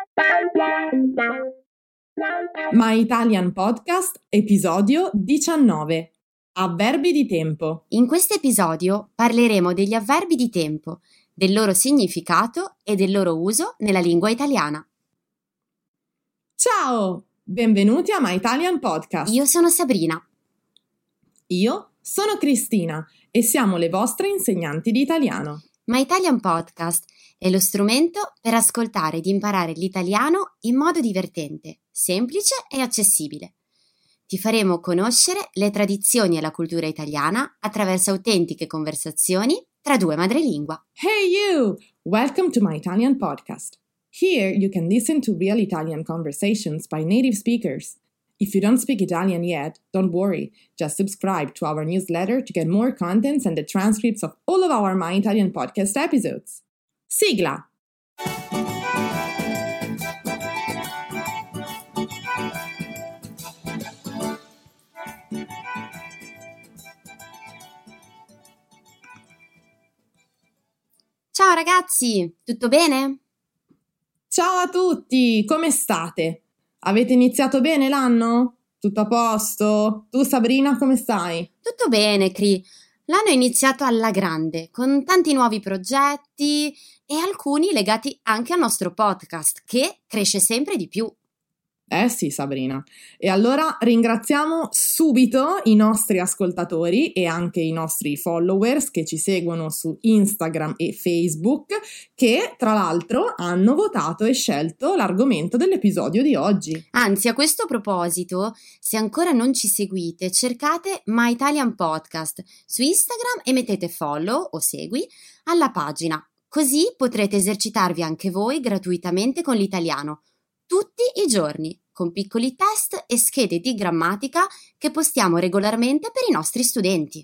My Italian Podcast, episodio 19. Avverbi di tempo. In questo episodio parleremo degli avverbi di tempo, del loro significato e del loro uso nella lingua italiana. Ciao! Benvenuti a My Italian Podcast. Io sono Sabrina. Io sono Cristina e siamo le vostre insegnanti di italiano. My Italian Podcast è lo strumento per ascoltare ed imparare l'italiano in modo divertente, semplice e accessibile. Ti faremo conoscere le tradizioni e la cultura italiana attraverso autentiche conversazioni tra due madrelingua. Hey you! Welcome to My Italian Podcast. Here you can listen to real Italian conversations by native speakers. If you don't speak Italian yet, don't worry. Just subscribe to our newsletter to get more contents and the transcripts of all of our My Italian Podcast episodes. Sigla! Ciao ragazzi, tutto bene? Ciao a tutti, come state? Avete iniziato bene l'anno? Tutto a posto? Tu Sabrina come stai? Tutto bene, Cri. L'anno è iniziato alla grande, con tanti nuovi progetti e alcuni legati anche al nostro podcast, che cresce sempre di più. Eh sì, Sabrina. E allora ringraziamo subito i nostri ascoltatori e anche i nostri followers che ci seguono su Instagram e Facebook, che tra l'altro hanno votato e scelto l'argomento dell'episodio di oggi. Anzi, a questo proposito, se ancora non ci seguite, cercate My Italian Podcast su Instagram e mettete follow o segui alla pagina. Così potrete esercitarvi anche voi gratuitamente con l'italiano, tutti i giorni, con piccoli test e schede di grammatica che postiamo regolarmente per i nostri studenti.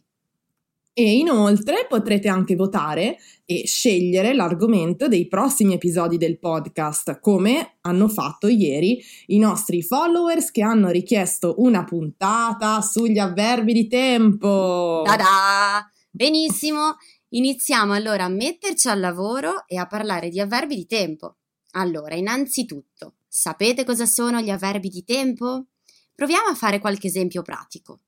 E inoltre potrete anche votare e scegliere l'argomento dei prossimi episodi del podcast, come hanno fatto ieri i nostri followers che hanno richiesto una puntata sugli avverbi di tempo. Ta-da! Benissimo, iniziamo allora a metterci al lavoro e a parlare di avverbi di tempo. Allora, innanzitutto, sapete cosa sono gli avverbi di tempo? Proviamo a fare qualche esempio pratico.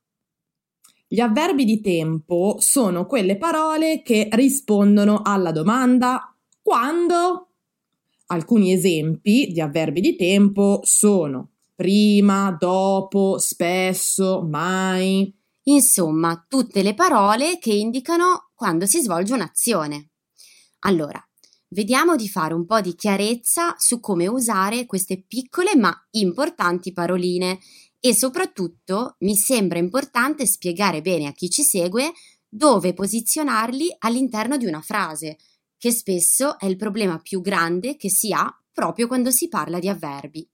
Gli avverbi di tempo sono quelle parole che rispondono alla domanda quando. Alcuni esempi di avverbi di tempo sono prima, dopo, spesso, mai. Insomma, tutte le parole che indicano quando si svolge un'azione. Allora, vediamo di fare un po' di chiarezza su come usare queste piccole ma importanti paroline e soprattutto mi sembra importante spiegare bene a chi ci segue dove posizionarli all'interno di una frase, che spesso è il problema più grande che si ha proprio quando si parla di avverbi.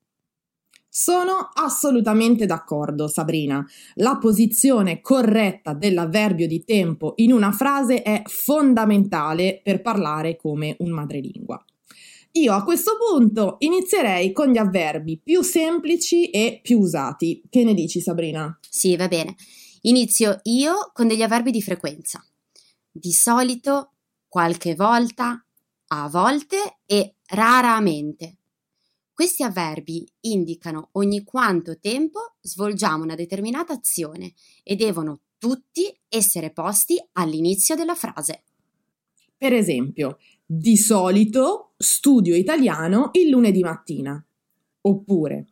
Sono assolutamente d'accordo, Sabrina. La posizione corretta dell'avverbio di tempo in una frase è fondamentale per parlare come un madrelingua. Io a questo punto inizierei con gli avverbi più semplici e più usati. Che ne dici, Sabrina? Sì, va bene. Inizio io con degli avverbi di frequenza. Di solito, qualche volta, a volte e raramente. Questi avverbi indicano ogni quanto tempo svolgiamo una determinata azione e devono tutti essere posti all'inizio della frase. Per esempio, di solito studio italiano il lunedì mattina. Oppure,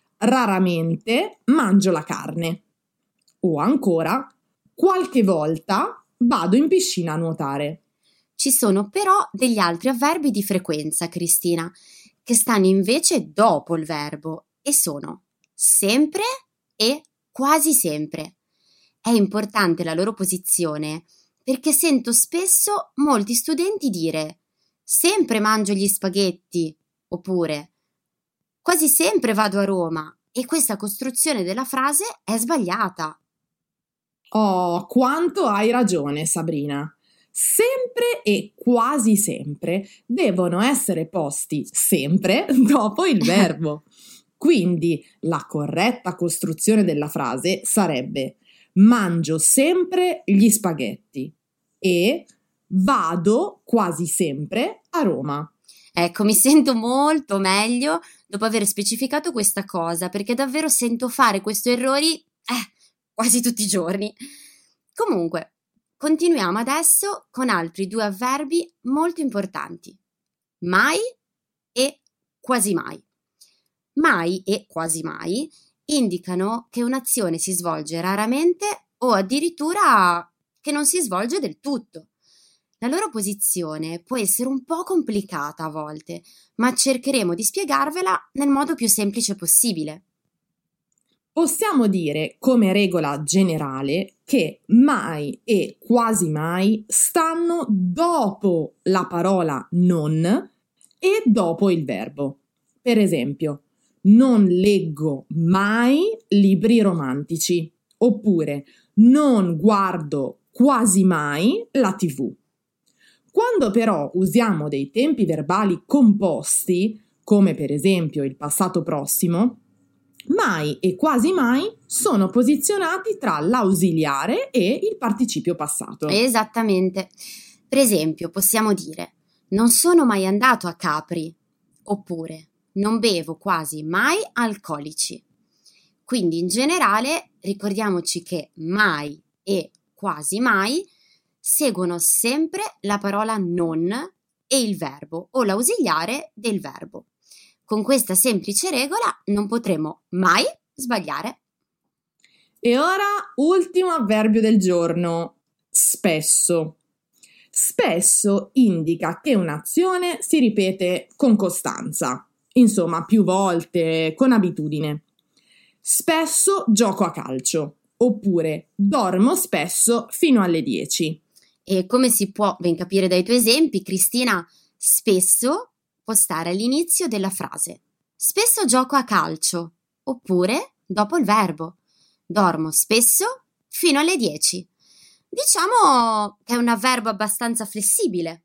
raramente mangio la carne. O ancora, qualche volta vado in piscina a nuotare. Ci sono però degli altri avverbi di frequenza, Cristina, che stanno invece dopo il verbo e sono sempre e quasi sempre. È importante la loro posizione perché sento spesso molti studenti dire sempre mangio gli spaghetti oppure quasi sempre vado a Roma e questa costruzione della frase è sbagliata. Oh, quanto hai ragione, Sabrina! Sempre e quasi sempre devono essere posti sempre dopo il verbo. Quindi la corretta costruzione della frase sarebbe mangio sempre gli spaghetti e vado quasi sempre a Roma. Ecco, mi sento molto meglio dopo aver specificato questa cosa, perché davvero sento fare questi errori quasi tutti i giorni. Comunque, continuiamo adesso con altri 2 avverbi molto importanti. Mai e quasi mai. Mai e quasi mai indicano che un'azione si svolge raramente o addirittura che non si svolge del tutto. La loro posizione può essere un po' complicata a volte, ma cercheremo di spiegarvela nel modo più semplice possibile. Possiamo dire come regola generale che mai e quasi mai stanno dopo la parola non e dopo il verbo. Per esempio, non leggo mai libri romantici, oppure non guardo quasi mai la TV. Quando però usiamo dei tempi verbali composti, come per esempio il passato prossimo, mai e quasi mai sono posizionati tra l'ausiliare e il participio passato. Esattamente. Per esempio, possiamo dire non sono mai andato a Capri, oppure non bevo quasi mai alcolici. Quindi in generale ricordiamoci che mai e quasi mai seguono sempre la parola non e il verbo o l'ausiliare del verbo. Con questa semplice regola non potremo mai sbagliare. E ora, ultimo avverbio del giorno, spesso. Spesso indica che un'azione si ripete con costanza, insomma più volte, con abitudine. Spesso gioco a calcio, oppure dormo spesso fino alle 10. E come si può ben capire dai tuoi esempi, Cristina, spesso può stare all'inizio della frase. Spesso gioco a calcio, oppure dopo il verbo. Dormo spesso fino alle 10. Diciamo che è un avverbio abbastanza flessibile.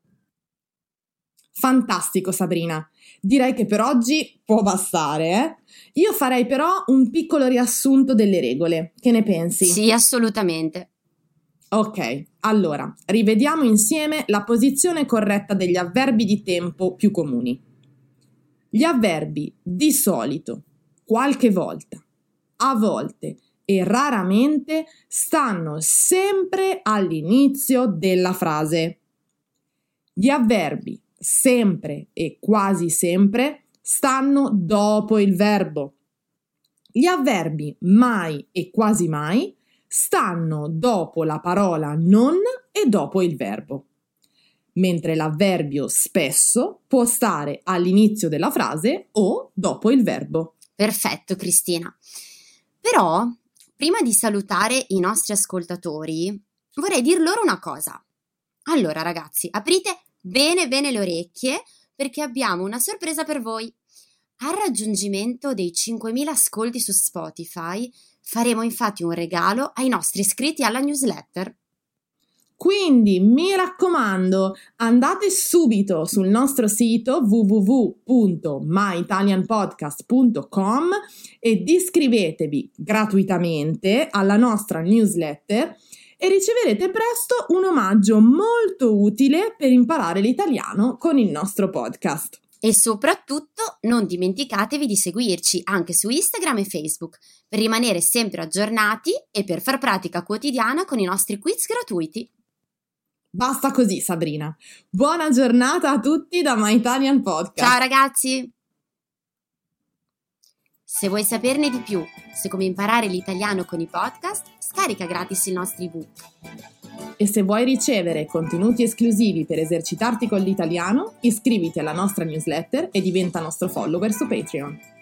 Fantastico, Sabrina. Direi che per oggi può bastare, eh? Io farei però un piccolo riassunto delle regole. Che ne pensi? Sì, assolutamente. Ok, allora, rivediamo insieme la posizione corretta degli avverbi di tempo più comuni. Gli avverbi di solito, qualche volta, a volte e raramente stanno sempre all'inizio della frase. Gli avverbi sempre e quasi sempre stanno dopo il verbo. Gli avverbi mai e quasi mai stanno dopo la parola non e dopo il verbo, mentre l'avverbio spesso può stare all'inizio della frase o dopo il verbo. Perfetto, Cristina. Però, prima di salutare i nostri ascoltatori, vorrei dir loro una cosa. Allora, ragazzi, aprite bene le orecchie perché abbiamo una sorpresa per voi. Al raggiungimento dei 5.000 ascolti su Spotify faremo infatti un regalo ai nostri iscritti alla newsletter. Quindi mi raccomando, andate subito sul nostro sito www.myitalianpodcast.com ed iscrivetevi gratuitamente alla nostra newsletter e riceverete presto un omaggio molto utile per imparare l'italiano con il nostro podcast. E soprattutto non dimenticatevi di seguirci anche su Instagram e Facebook per rimanere sempre aggiornati e per far pratica quotidiana con i nostri quiz gratuiti. Basta così, Sabrina. Buona giornata a tutti da My Italian Podcast. Ciao ragazzi! Se vuoi saperne di più su come imparare l'italiano con i podcast, scarica gratis il nostro ebook. E se vuoi ricevere contenuti esclusivi per esercitarti con l'italiano, iscriviti alla nostra newsletter e diventa nostro follower su Patreon.